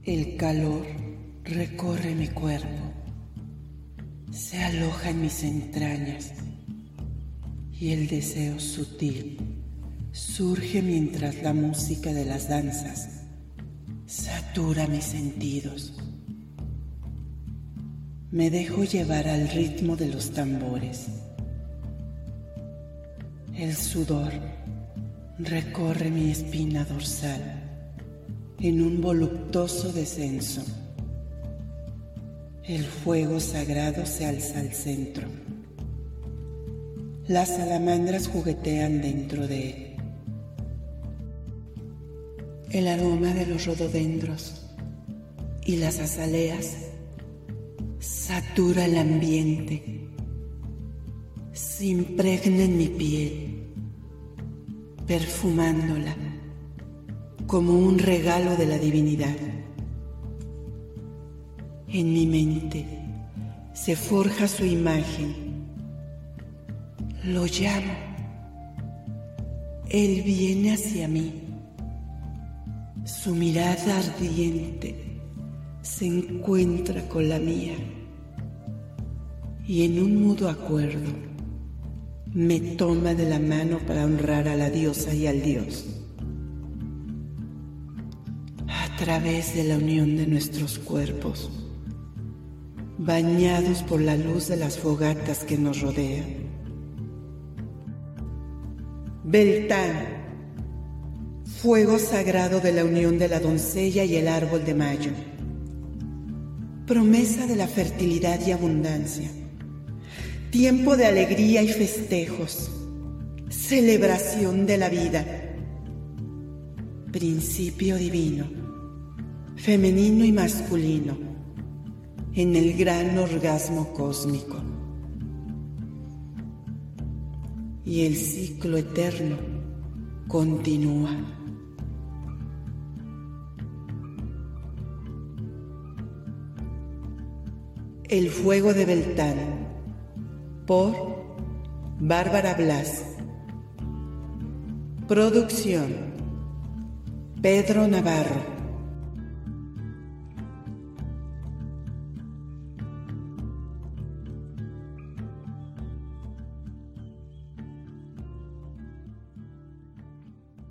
El calor recorre mi cuerpo, se aloja en mis entrañas y el deseo sutil surge mientras la música de las danzas satura mis sentidos. Me dejo llevar al ritmo de los tambores. El sudor recorre mi espina dorsal en un voluptuoso descenso. El fuego sagrado se alza al centro. Las salamandras juguetean dentro de él. El aroma de los rododendros y las azaleas satura el ambiente, se impregna en mi piel, perfumándola como un regalo de la divinidad. En mi mente se forja su imagen. Lo llamo. Él viene hacia mí. Su mirada ardiente se encuentra con la mía y en un mudo acuerdo me toma de la mano para honrar a la diosa y al dios. A través de la unión de nuestros cuerpos, bañados por la luz de las fogatas que nos rodean. Beltán, fuego sagrado de la unión de la doncella y el árbol de mayo, promesa de la fertilidad y abundancia, tiempo de alegría y festejos, celebración de la vida, principio divino, femenino y masculino, en el gran orgasmo cósmico. Y el ciclo eterno continúa. El fuego de Beltán, por Bárbara Blas. Producción, Pedro Navarro.